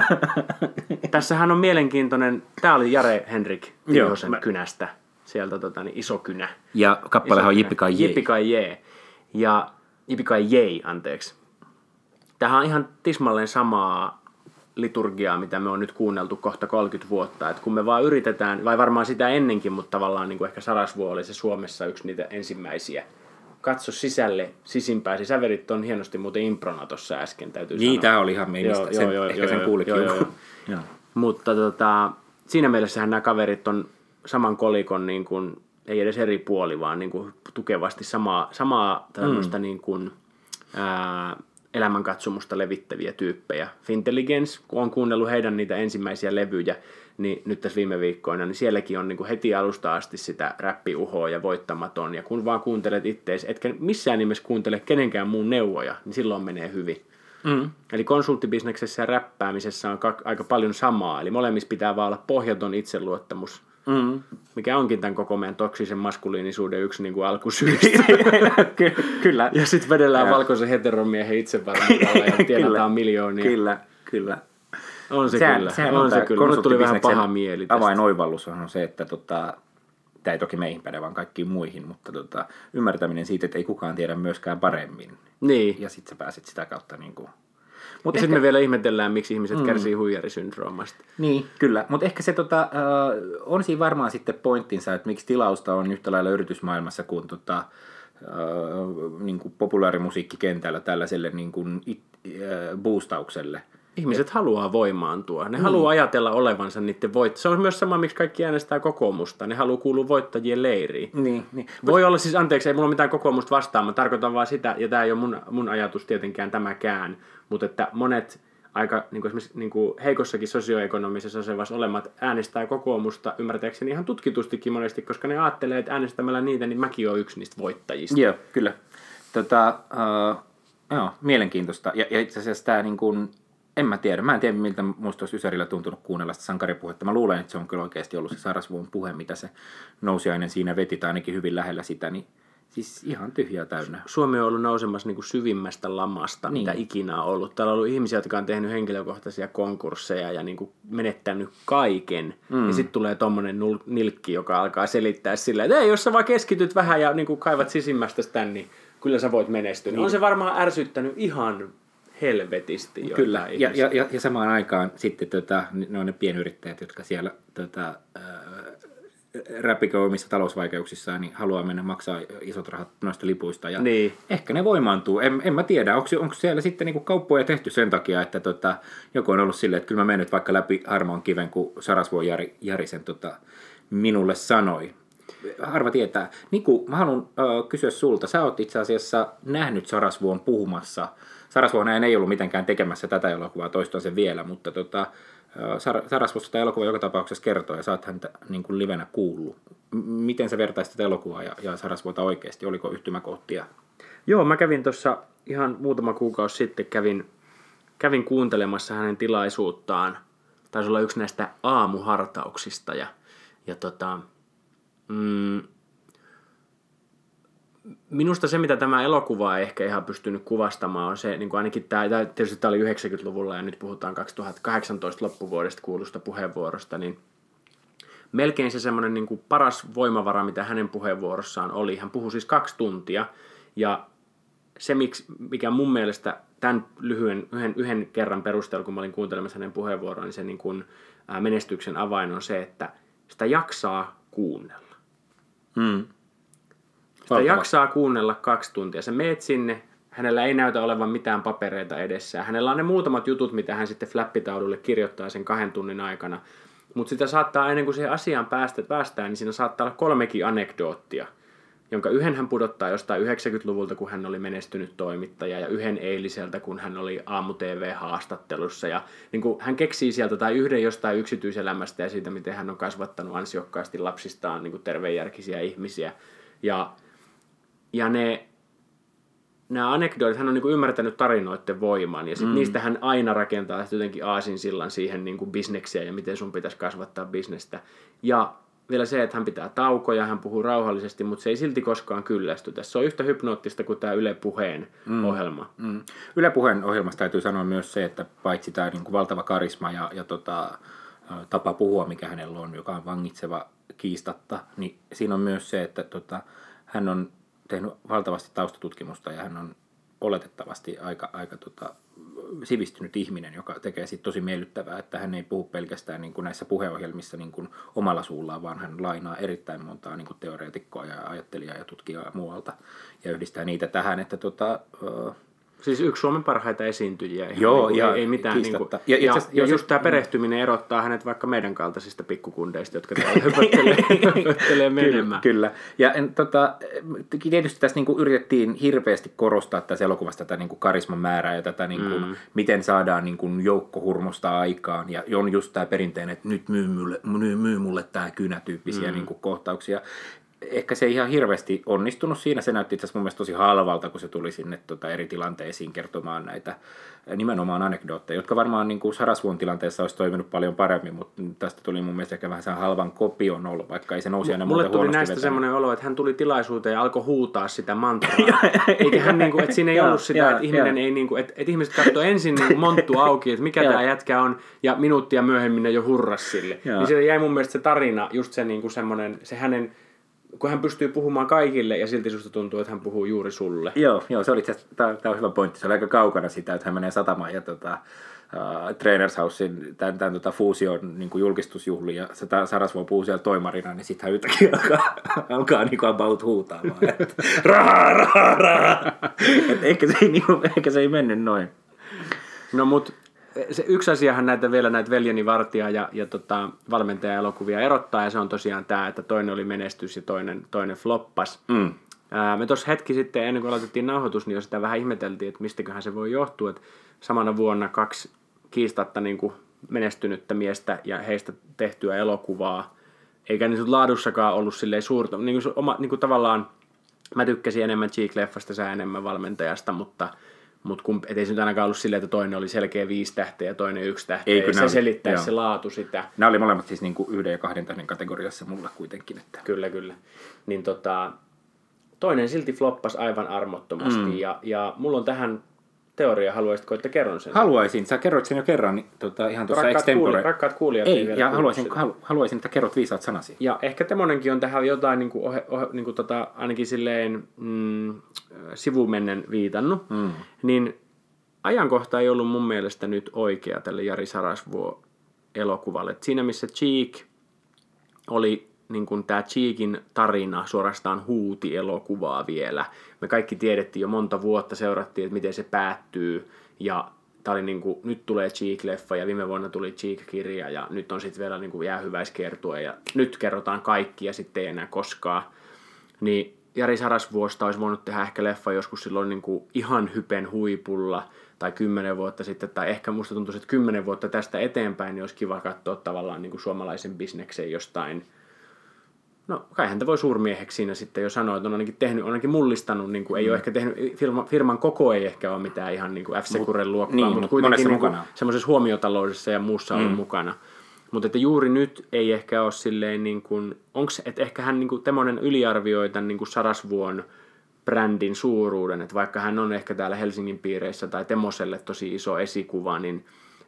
Tässähän on mielenkiintoinen, tää oli Jare Henrik Tihosen kynästä, sieltä iso kynä. Ja kappalehan on Yippee-Ki-Yay. Ja Yippee-Ki-Yay, anteeksi. Tämähän on ihan tismalleen samaa liturgiaa, mitä me on nyt kuunneltu kohta 30 vuotta. Et kun me vaan yritetään, vai varmaan sitä ennenkin, mutta tavallaan niin kuin ehkä Sarasvuo oli se Suomessa yksi niitä ensimmäisiä. Katso sisälle, sisimpääsi. Sä vedit ton hienosti muuten improna tuossa äsken, täytyy sanoa. Niin, tää oli ihan meistä. Ehkä sen kuulikin. Mutta siinä mielessähän nämä kaverit on saman kolikon, niin kuin, ei edes eri puoli, vaan niin kuin tukevasti samaa tämmöistä niin kuin, elämänkatsomusta levittäviä tyyppejä. Fintelligence, kun on kuunnellut heidän niitä ensimmäisiä levyjä, niin nyt tässä viime viikkoina, niin sielläkin on niin kuin heti alusta asti sitä räppiuhoa ja voittamaton. Ja kun vaan kuuntelet ittees, etkä missään nimessä kuuntele kenenkään muun neuvoja, niin silloin menee hyvin. Eli konsulttibisneksessä ja räppäämisessä on aika paljon samaa. Eli molemmissa pitää vaan olla pohjaton itseluottamus, mikä onkin tämän koko meidän toksisen maskuliinisuuden yksi niin kuin alkusyystä. Kyllä. Ja sitten vedellään valkoisen heteromiehen itsevarmuudella ja tienataan miljoonia. Kyllä. On se kyllä. Mulle tuli vähän paha mieli tästä. Avainoivallus on se, että tämä ei toki meihin päde, vaan kaikkiin muihin, mutta ymmärtäminen siitä, että ei kukaan tiedä myöskään paremmin. Niin. Ja sitten sä pääset sitä kautta niin kuin Ja sitten me vielä ihmetellään, miksi ihmiset kärsii huijarisyndroomasta. Niin, kyllä. Mutta ehkä se on siinä varmaan sitten pointtinsa, että miksi tilausta on yhtä lailla yritysmaailmassa kuin niin kuin populaarimusiikkikentällä tällaiselle niin kuin boostaukselle. Ihmiset haluaa voimaantua. Ne haluaa ajatella olevansa niiden Se on myös sama, miksi kaikki äänestää kokoomusta. Ne haluaa kuulua voittajien leiriin. Niin. Voi olla siis, anteeksi, ei mulla ole mitään kokoomusta vastaan. Mä tarkoitan vaan sitä, ja tämä ei ole mun ajatus tietenkään tämäkään, mutta että monet aika niin kuin esimerkiksi niin kuin heikossakin sosioekonomisessa asemassa olemat äänestää kokoomusta, ymmärtääkseni ihan tutkitustikin monesti, koska ne ajattelee, että äänestämällä niitä, niin mäkin olen yksi niistä voittajista. Joo, kyllä. Mielenkiintoista. Ja itse asiassa tämä niin kuin, Mä en tiedä, miltä musta olisi Ysärillä tuntunut kuunnella sitä sankaripuhetta. Mä luulen, että se on kyllä oikeasti ollut se Sarasvuon puhe, mitä se Nousiainen siinä veti, tai ainakin hyvin lähellä sitä, niin siis ihan tyhjää täynnä. Suomi on ollut nousemassa niin kuin syvimmästä lamasta, mitä ikinä on ollut. Täällä on ollut ihmisiä, jotka on tehnyt henkilökohtaisia konkursseja ja niin kuin menettänyt kaiken. Ja sitten tulee tommonen nilkki, joka alkaa selittää sillä, että ei, jos sä vaan keskityt vähän ja niin kuin kaivat sisimmästä tän, niin kyllä sä voit menestyä. Niin on se varmaan ärsyttänyt ihan helvetisti. Kyllä, ja samaan aikaan sitten ne on ne pienyrittäjät, jotka siellä räpikö omissa talousvaikeuksissaan, niin haluaa mennä maksaa isot rahat noista lipuista. Ja ehkä ne voimaantuu. En mä tiedä, onko siellä sitten niinku kauppoja tehty sen takia, että joku on ollut silleen, että kyllä mä menen nyt vaikka läpi harmaan kiven, kun Sarasvuon Jari sen minulle sanoi. Harva tietää. Niku, mä haluan kysyä sulta. Sä oot itse asiassa nähnyt Sarasvuon puhumassa. Sarasvuon ei ollut mitenkään tekemässä tätä elokuvaa, toistan sen vielä, mutta Sarasvuossa tämä elokuva joka tapauksessa kertoo, ja sä oot häntä niin kuin livenä kuullut. Miten sä vertaisit tätä elokuvaa ja Sarasvuota oikeasti? Oliko yhtymäkohtia? Joo, mä kävin tuossa ihan muutama kuukausi sitten, kävin kuuntelemassa hänen tilaisuuttaan. Taisi olla yksi näistä aamuhartauksista, minusta se, mitä tämä elokuva ei ehkä ihan pystynyt kuvastamaan, on se, niin kuin ainakin tietysti tämä oli 90-luvulla ja nyt puhutaan 2018 loppuvuodesta kuulusta puheenvuorosta, niin melkein se semmoinen niin kuin paras voimavara, mitä hänen puheenvuorossaan oli. Hän puhui siis 2 tuntia, ja se, mikä mun mielestä tämän yhden kerran perusteella, kun mä olin kuuntelemassa hänen puheenvuoroon, niin se niin kuin menestyksen avain on se, että sitä jaksaa kuunnella. Sitä jaksaa kuunnella 2 tuntia. Sä meet sinne, hänellä ei näytä olevan mitään papereita edessään. Hänellä on ne muutamat jutut, mitä hän sitten flappitaululle kirjoittaa sen 2 tunnin aikana. Mutta sitä saattaa, ennen kuin siihen asiaan päästään, niin siinä saattaa olla 3 anekdoottia, jonka yhden hän pudottaa jostain 90-luvulta, kun hän oli menestynyt toimittaja, ja yhden eiliseltä, kun hän oli aamu-tv-haastattelussa. Ja niin kuin hän keksii sieltä tai yhden jostain yksityiselämästä ja siitä, miten hän on kasvattanut ansiokkaasti lapsistaan niin kuin terveenjärkisiä ihmisiä. Ja nämä anekdootit, hän on niinku ymmärtänyt tarinoiden voiman, ja sitten niistä hän aina rakentaa jotenkin aasinsillan siihen niinku bisneksiä ja miten sun pitäisi kasvattaa bisnestä. Ja vielä se, että hän pitää taukoja, hän puhuu rauhallisesti, mutta se ei silti koskaan kyllästytä. Se on yhtä hypnoottista kuin tämä Yle Puheen ohjelma. Yle Puheen ohjelmasta täytyy sanoa myös se, että paitsi tämä niinku valtava karisma ja tapa puhua, mikä hänellä on, joka on vangitseva kiistatta, niin siinä on myös se, että hän on tehnyt valtavasti taustatutkimusta ja hän on oletettavasti aika sivistynyt ihminen, joka tekee siitä tosi miellyttävää, että hän ei puhu pelkästään niin kuin näissä puheohjelmissa niin kuin omalla suullaan, vaan hän lainaa erittäin montaa niin kuin teoreetikkoa ja ajattelijaa ja tutkijaa muualta ja yhdistää niitä tähän, että siis yksi Suomen parhaita esiintyjiä. Joo, ei mitään. Niin kuin, ja just tämä perehtyminen erottaa hänet vaikka meidän kaltaisista pikkukundeista, jotka täällä höpöttelee menemään. Kyllä. Ja tietysti tässä niin kuin yritettiin hirveästi korostaa tässä elokuvassa tätä niin kuin karisman määrää ja tätä, niin kuin, miten saadaan niin kuin joukkohurmosta aikaan. Ja on just tämä perinteinen, että nyt myy mulle tämä kynä-tyyppisiä niin kuin kohtauksia. Ehkä se ei ihan hirveästi onnistunut siinä. Se näytti itse asiassa mun mielestä tosi halvalta, kun se tuli sinne eri tilanteisiin kertomaan näitä nimenomaan anekdootteja, jotka varmaan niin kuin Sarasvuon tilanteessa olisi toiminut paljon paremmin, mutta tästä tuli mun mielestä ehkä vähän sen halvan kopion ollut, vaikka ei se Nousiainen muuten huonosti vetänyt. Mulle tuli näistä semmoinen olo, että hän tuli tilaisuuteen ja alkoi huutaa sitä mantraa. Eikä hän niin kuin, että siinä ei ollut sitä, että ihminen ei niin kuin, että ihmiset katsoi ensin niin kuin monttu auki, että mikä tämä jätkä on, ja minuuttia myöhemmin ne jo hurras sille. Niin siitä jäi mun mielestä se tarina, just se niin kuin semmoinen, se hänen kun hän pystyy puhumaan kaikille ja silti susta tuntuu, että hän puhuu juuri sulle. Joo, se oli tämä on hyvä pointti. Se oli aika kaukana sitä, että hän menee satamaan ja Trainers Housein tämän fuusion niin julkistusjuhliin ja Sarasvuo puhuu siellä toimarina, niin sitten hän yhtäkkiä alkaa niin kuin about huutaamaan, että rahaa. Ehkä se ei mennyt noin. No mut se yksi asiahan näitä Veljeni Vartija ja valmentaja-elokuvia erottaa, ja se on tosiaan tämä, että toinen oli menestys ja toinen floppas. Me tuossa hetki sitten, ennen kuin aloitettiin nauhoitus, niin jo sitä vähän ihmeteltiin, että mistäköhän se voi johtua, että samana vuonna 2 kiistatta niin kuin menestynyttä miestä ja heistä tehtyä elokuvaa, eikä niin laadussakaan ollut silleen suurta, niin kuin tavallaan mä tykkäsin enemmän Cheek-leffasta, sä enemmän valmentajasta, mutta ei se nyt ainakaan ollut silleen, että toinen oli selkeä 5 tähteä ja toinen 1 tähteä. Ei, se selittäisi se laatu sitä. Nämä oli molemmat siis niin kuin 1 ja 2 tähden kategoriassa mulla kuitenkin. Että. Kyllä. Niin toinen silti floppasi aivan armottomasti ja mulla on tähän teoria, haluaisitko, että kerron sen? Haluaisin. Sä kerroit sen jo kerran niin, ihan tuossa extempore. Rakkaat kuulijat. Ei, ja haluaisin, että kerrot viisaat sanasi. Ja ehkä Temonenkin on tähän jotain ainakin silleen sivumennen viitannut. Niin ajankohta ei ollut mun mielestä nyt oikea tälle Jari Sarasvuo-elokuvalle. Et siinä missä Cheek oli niin kuin tämä Cheekin tarina suorastaan huuti elokuvaa vielä. Me kaikki tiedettiin jo monta vuotta, seurattiin, että miten se päättyy. Ja tämä oli niin kuin, nyt tulee Cheek-leffa ja viime vuonna tuli Cheek-kirja ja nyt on sitten vielä niin kuin jäähyväiskiertue ja nyt kerrotaan kaikki ja sitten ei enää koskaan. Niin Jari Sarasvuosta olisi voinut tehdä ehkä leffa joskus silloin niin kuin ihan hypen huipulla tai 10 vuotta sitten, tai ehkä musta tuntuu, että 10 vuotta tästä eteenpäin niin olisi kiva katsoa tavallaan niin kuin suomalaisen bisneksen jostain. No, kai häntä voi suurmieheksi siinä sitten jo sanoa, että on ainakin mullistanut, niin kuin, ei ole ehkä tehnyt, firman koko ei ehkä ole mitään ihan niin kuin F-Securen luokkaa, mutta kuitenkin niin semmoisessa huomiotaloudessa ja muussa ollut mukana. Mutta että juuri nyt ei ehkä ole silleen, niin kuin, että ehkä hän niin kuin Temonen yliarvioi tämän niin kuin Sarasvuon brändin suuruuden, että vaikka hän on ehkä täällä Helsingin piireissä tai Temoselle tosi iso esikuva, niin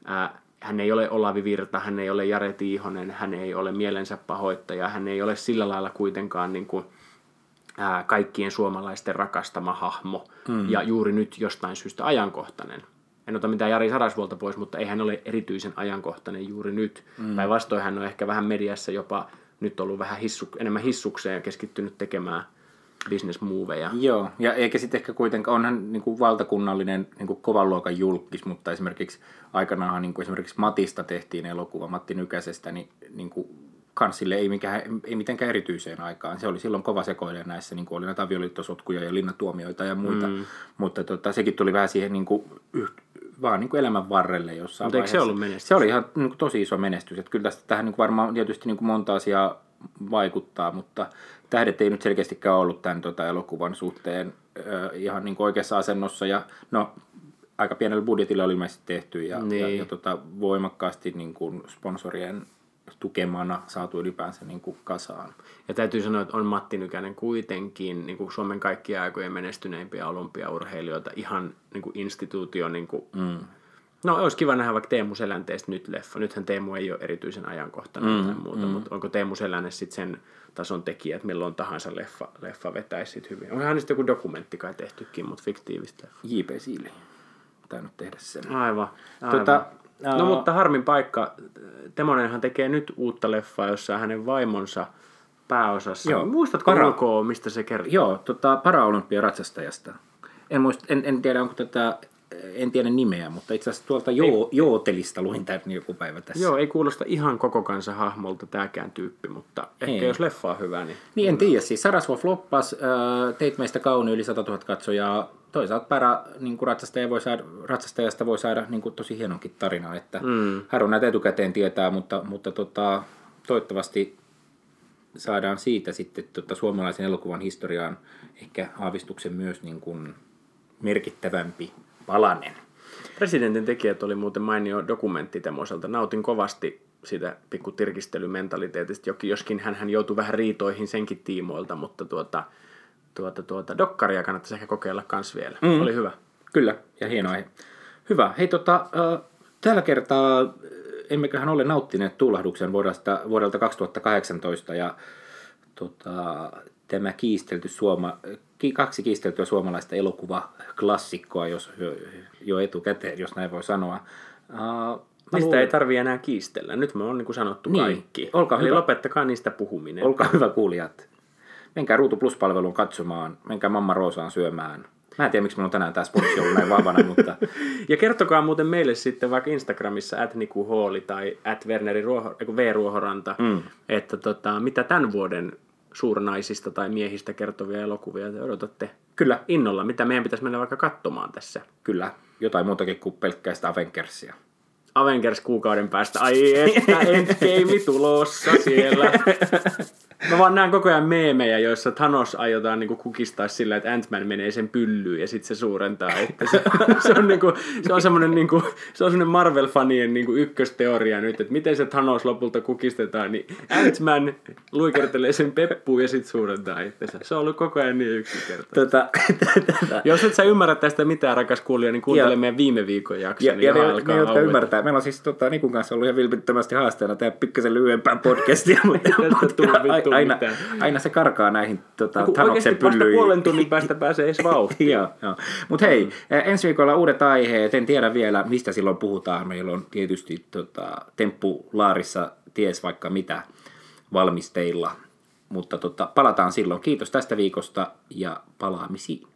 hän ei ole Olavi Virta, hän ei ole Jare Tiihonen, hän ei ole mielensä pahoittaja, hän ei ole sillä lailla kuitenkaan niin kuin, kaikkien suomalaisten rakastama hahmo ja juuri nyt jostain syystä ajankohtainen. En ota mitään Jari Sarasvuolta pois, mutta ei hän ole erityisen ajankohtainen juuri nyt. Päinvastoin hän on ehkä vähän mediassa jopa nyt ollut vähän enemmän hissukseen ja keskittynyt tekemään business-moveja. Joo, ja eikä sitten ehkä kuitenkaan, onhan niin kuin valtakunnallinen niin kuin kovan luokan julkis, mutta esimerkiksi aikanaanhan niin kuin esimerkiksi Matista tehtiin elokuva Matti Nykäsestä, niin kuin kanssille ei mitenkään erityiseen aikaan. Se oli silloin kova sekoilija näissä, niin kuin oli näitä avioliittosotkuja ja linnatuomioita ja muita, mutta sekin tuli vähän siihen niin kuin vaan niin kuin elämän varrelle jossain mutta vaiheessa. Eikö se ollut menestys? Se oli ihan niin kuin tosi iso menestys. Että kyllä tästä tähän niin kuin varmaan tietysti niin kuin monta asiaa vaikuttaa, mutta tähdet ei nyt selkeästikään ollut tämän elokuvan suhteen ihan niin kuin oikeassa asennossa. Ja no, aika pienellä budjetilla oli ilmeisesti tehty ja voimakkaasti niin kuin sponsorien tukemana saatu ylipäänsä niin kuin kasaan. Ja täytyy sanoa, että on Matti Nykänen kuitenkin niin kuin Suomen kaikkien aikojen menestyneimpiä olympiaurheilijoita, ihan niin kuin instituutio. Niin kuin, no olisi kiva nähdä vaikka Teemu Selänteestä nyt leffa. Nythän Teemu ei ole erityisen ajankohtainen tai muuta, mutta onko Teemu Selänne sitten sen tason tekijä, että milloin tahansa leffa vetäisi sit hyvin. Onhan sitten joku dokumentti kai tehtykin, mutta fiktiivistä. J.P. Siili tainnut tehdä sen. Aivan. No mutta harmin paikka. Temonenhan tekee nyt uutta leffaa, jossa hänen vaimonsa pääosassa. Joo, muistatko ulkoa, mistä se kertoo? Joo, paraolympiaratsastajasta. En tiedä, onko en tiedä nimeä, mutta itse asiassa tuolta Jootelista luin tämän joku päivä tässä. Joo, ei kuulosta ihan koko kansan hahmolta tämäkään tyyppi, mutta ehkä jos leffa on hyvä, niin... en tiedä. Siis Sarasvuo floppas, teit meistä kauniin yli 100 000 katsojaa. Toisaalta niin ratsastajasta voi saada niin kuin tosi hienonkin tarinan, että harvoin näitä etukäteen tietää, mutta toivottavasti saadaan siitä sitten suomalaisen elokuvan historiaan ehkä aavistuksen myös niin kuin merkittävämpi palanen. Presidentin tekijät oli muuten mainio dokumentti Temoselta. Nautin kovasti siitä pikku tirkistelymentaliteetista, joskin hän joutui vähän riitoihin senkin tiimoilta, mutta dokkaria kannattaisi ehkä kokeilla kans vielä. Oli hyvä. Kyllä, ja hieno aihe. Hyvä. Hei, tällä kertaa emmeköhän ole nauttineet tuulahduksen vuodelta 2018, ja tämä kaksi kiisteltyä suomalaista elokuvaklassikkoa, jos jo etukäteen, jos näin voi sanoa. Niistä ei tarvitse enää kiistellä. Nyt me on niin kuin sanottu kaikki. Eli lopettakaa niistä puhuminen. Olkaa hyvä kuulijat. Menkää Ruutu Plus-palveluun katsomaan. Menkää Mamma Roosaan syömään. Mä en tiedä, miksi minulla on tänään tämä sponssi ollut näin vahvana, mutta... Ja kertokaa muuten meille sitten vaikka Instagramissa @nikuhooli tai @verneri_ruohoranta, että mitä tämän vuoden suurnaisista tai miehistä kertovia elokuvia te odotatte Kyllä. innolla. Mitä meidän pitäisi mennä vaikka katsomaan tässä. Kyllä. Jotain muutakin kuin pelkkää sitä Avengersia. Avengers kuukauden päästä. Ai että Endgame tulossa siellä. Mä vaan näen koko ajan meemejä, joissa Thanos aiotaan niinku kukistaa sillä, että Ant-Man menee sen pyllyyn ja sitten se suurentaa. Että se on semmoinen Marvel-fanien niinku ykkösteoria nyt, että miten se Thanos lopulta kukistetaan, niin Ant-Man luikertelee sen peppuun ja sitten suurentaa itsensä. Se on ollut koko ajan niin yksinkertaista. Jos et sä ymmärrä tästä mitään, rakas kuulija, niin kuuntele meidän viime viikon jakson. Ja ne, jotka ymmärtää. Meillä on siis Nikun kanssa ollut ihan vilpittömästi haasteena tehdä pikkasen lyhyempää podcastia, mutta aina se karkaa näihin Thanoksen pyllyihin. Vasta puolen tunnin päästä pääsee edes vauhtiin. Joo. Mutta hei, ensi viikolla uudet aiheet. En tiedä vielä, mistä silloin puhutaan. Meillä on tietysti temppulaarissa ties vaikka mitä valmisteilla. Mutta palataan silloin. Kiitos tästä viikosta ja palaamisiin.